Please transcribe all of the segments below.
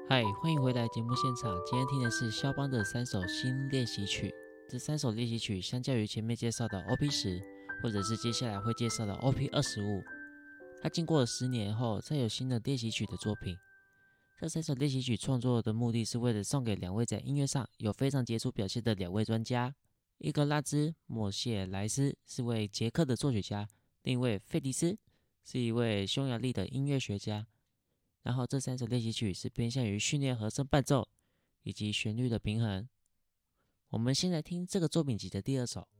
嗨，欢迎回来节目现场。今天听的是肖邦的3首新练习曲。这3首练习曲相较于前面介绍的 OP10，或者是接下来会介绍的 OP25，它经过了10年后再有新的练习曲的作品。这3首练习曲创作的目的是为了送给2位在音乐上有非常杰出表现的2位专家，一个拉兹·莫谢莱斯是位捷克的作曲家，另一位费迪斯是一位匈牙利的音乐学家。然后这3首练习曲是偏向于训练和声伴奏以及旋律的平衡。我们先来听这个作品集的第2首。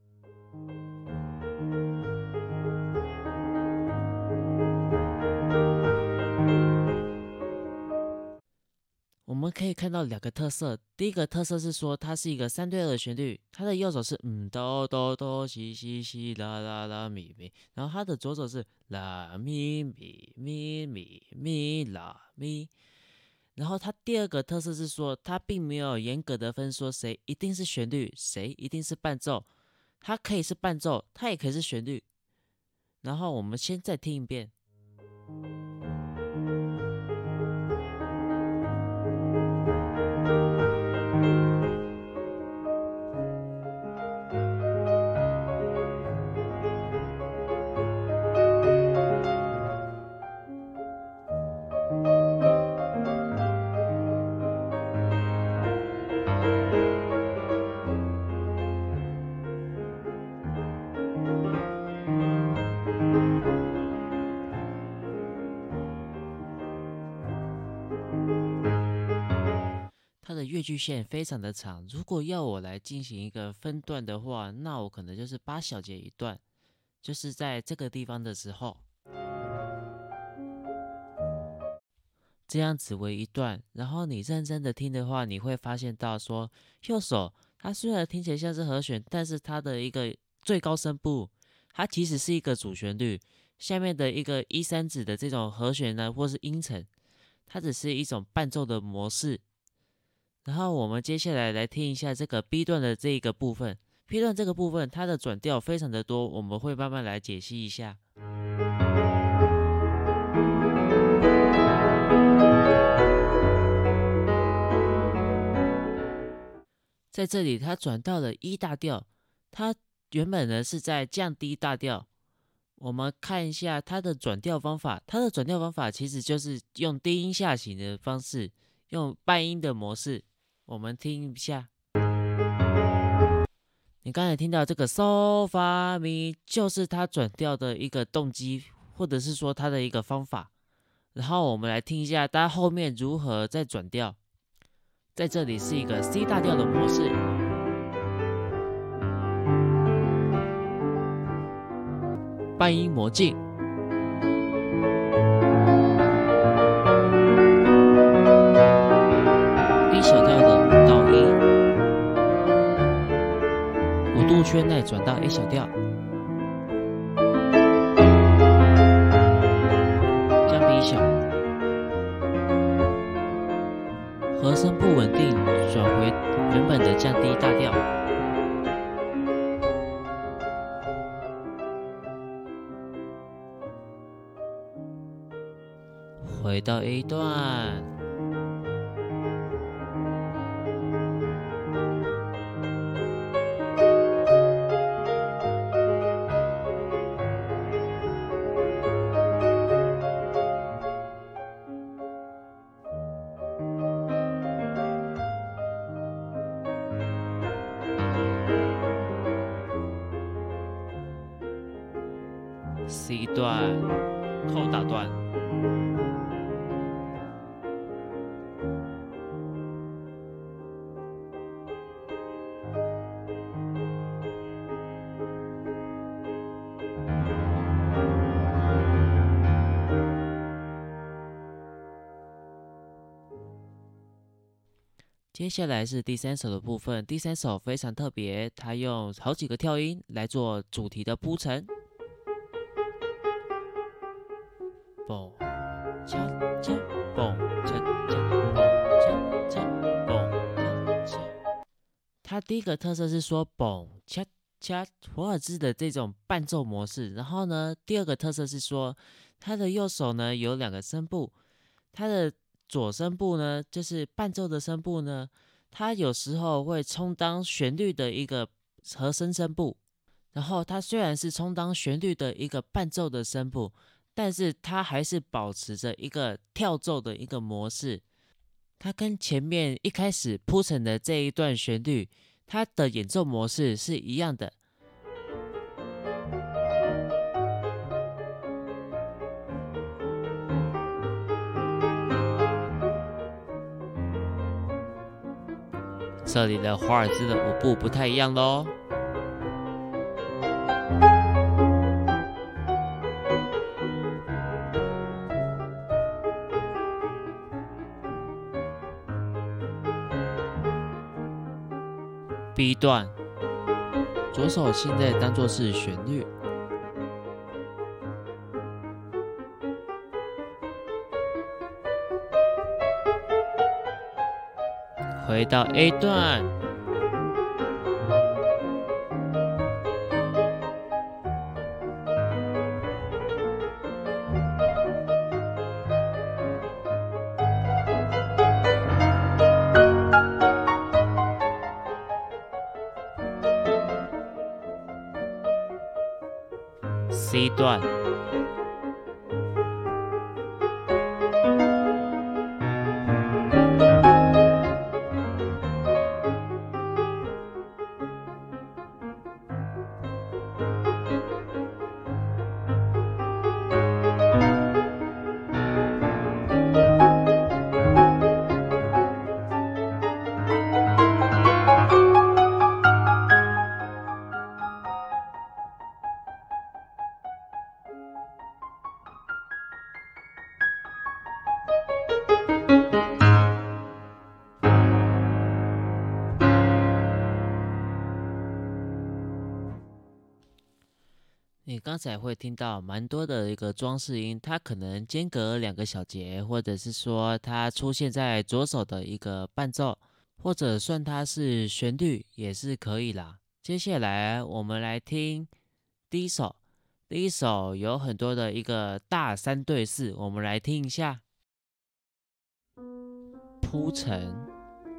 我们可以看到2个特色，第一个特色是说它是一个3对2的旋律，它的右手是哆哆哆西西西啦啦啦咪咪，然后它的左手是啦咪咪咪咪咪啦咪。然后它第2个特色是说，它并没有严格的分说谁一定是旋律，谁一定是伴奏，它可以是伴奏，它也可以是旋律。然后我们先再听一遍。它的乐句线非常的长，如果要我来进行一个分段的话，那我可能就是8小节一段，就是在这个地方的时候，这样子为一段。然后你认真的听的话，你会发现到说，右手它虽然听起来像是和弦，但是它的一个最高声部，它其实是一个主旋律，下面的一个1/3指的这种和弦呢，或是音程，它只是一种伴奏的模式。然后我们接下来来听一下这个 B 段的这个部分。B 段这个部分，它的转调非常的多，我们会慢慢来解析一下。在这里，它转到了E大调，它原本呢是在降低大调。我们看一下它的转调方法，它的转调方法其实就是用低音下行的方式，用半音的模式。我们听一下。你刚才听到这个 So Fa Mi 就是它转调的一个动机，或者是说它的一个方法。然后我们来听一下它后面如何再转调。在这里是一个 C 大调的模式，半音魔镜，D 小调的5到1，5度圈内转到 A 小调，降 B 小，和声不稳定，转回原本的降低大调。回到 A 段，C 段扣打段，接下来是第3首的部分。第3首非常特别，它用好几个跳音来做主题的铺陈。蹦恰恰蹦恰恰蹦恰恰蹦恰恰。它第一个特色是说蹦恰恰华尔兹的这种伴奏模式，然后呢，第2个特色是说它的右手呢有2个声部，它的左声部呢，就是伴奏的声部呢，它有时候会充当旋律的一个和声声部。然后它虽然是充当旋律的一个伴奏的声部，但是它还是保持着一个跳奏的一个模式。它跟前面一开始铺陈的这一段旋律，它的演奏模式是一样的。这里的华尔兹的舞步不太一样咯。B 段，左手现在当作是旋律，回到 A 段，C 段，你刚才会听到蛮多的一个装饰音，它可能间隔2个小节，或者是说它出现在左手的一个伴奏，或者算它是旋律也是可以啦。接下来我们来听第一首，第一首有很多的一个大3对4，我们来听一下铺陈。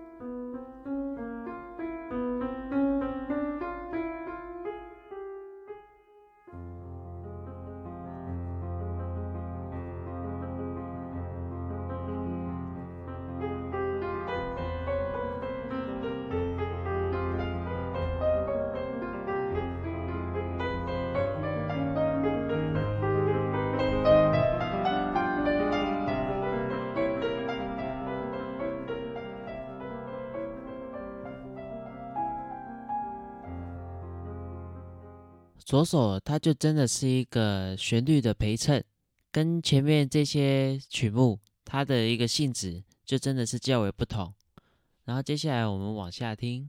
左手它就真的是一个旋律的陪衬，跟前面这些曲目它的一个性质就真的是较为不同。然后接下来我们往下听。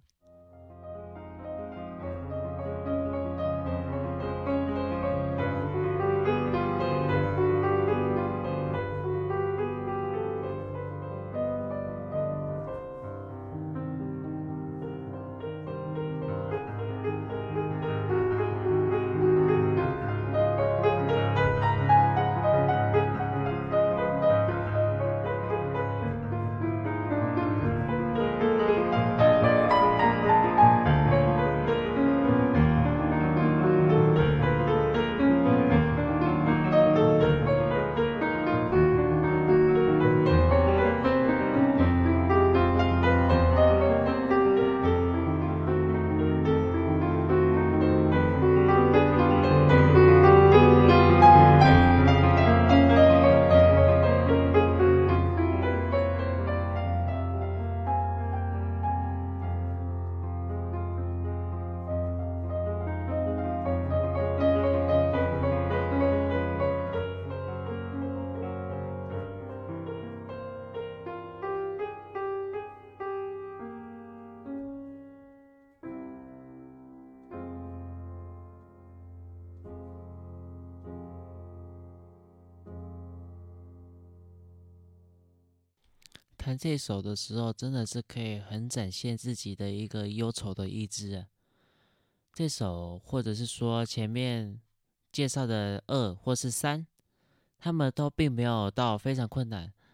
弹这首的时候，真的是可以很展现自己的一个忧愁的意志啊。这首或者是说前面介绍的2或是3，他们都并没有到非常困难，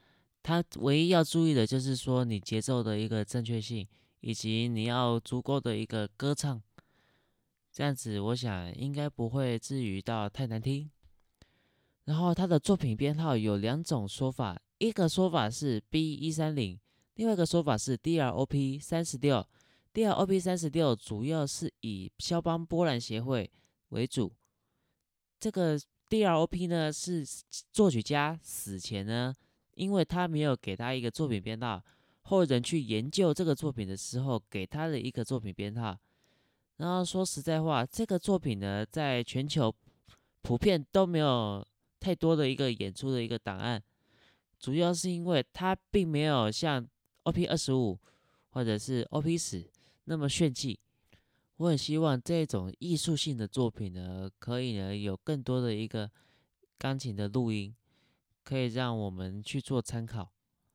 它唯一要注意的就是说你节奏的一个正确性，以及你要足够的一个歌唱，这样子我想应该不会至于到太难听。然后他的作品编号有2种说法，一个说法是 B130，另外一个说法是 DROP36。DROP36 主要是以肖邦波兰协会为主。这个 DROP 呢是作曲家死前呢，因为他没有给他一个作品编号，后人去研究这个作品的时候给他的一个作品编号。然后说实在话，这个作品呢在全球普遍都没有太多的一个演出的一个档案，主要是因为它并没有像 OP25 或者是 OP10那么炫技。我很希望这种艺术性的作品呢，可以呢有更多的一个钢琴的录音，可以让我们去做参考。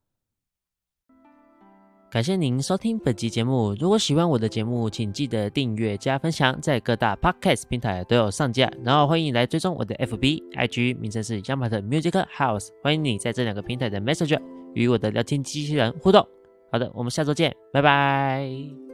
感谢您收听本集节目，如果喜欢我的节目，请记得订阅加分享，在各大 Podcast 平台都有上架，然后欢迎来追踪我的 FB、IG， 名称是 Yamaha Music House， 欢迎你在这2个平台的 Messenger 与我的聊天机器人互动。好的，我们下周见，拜拜。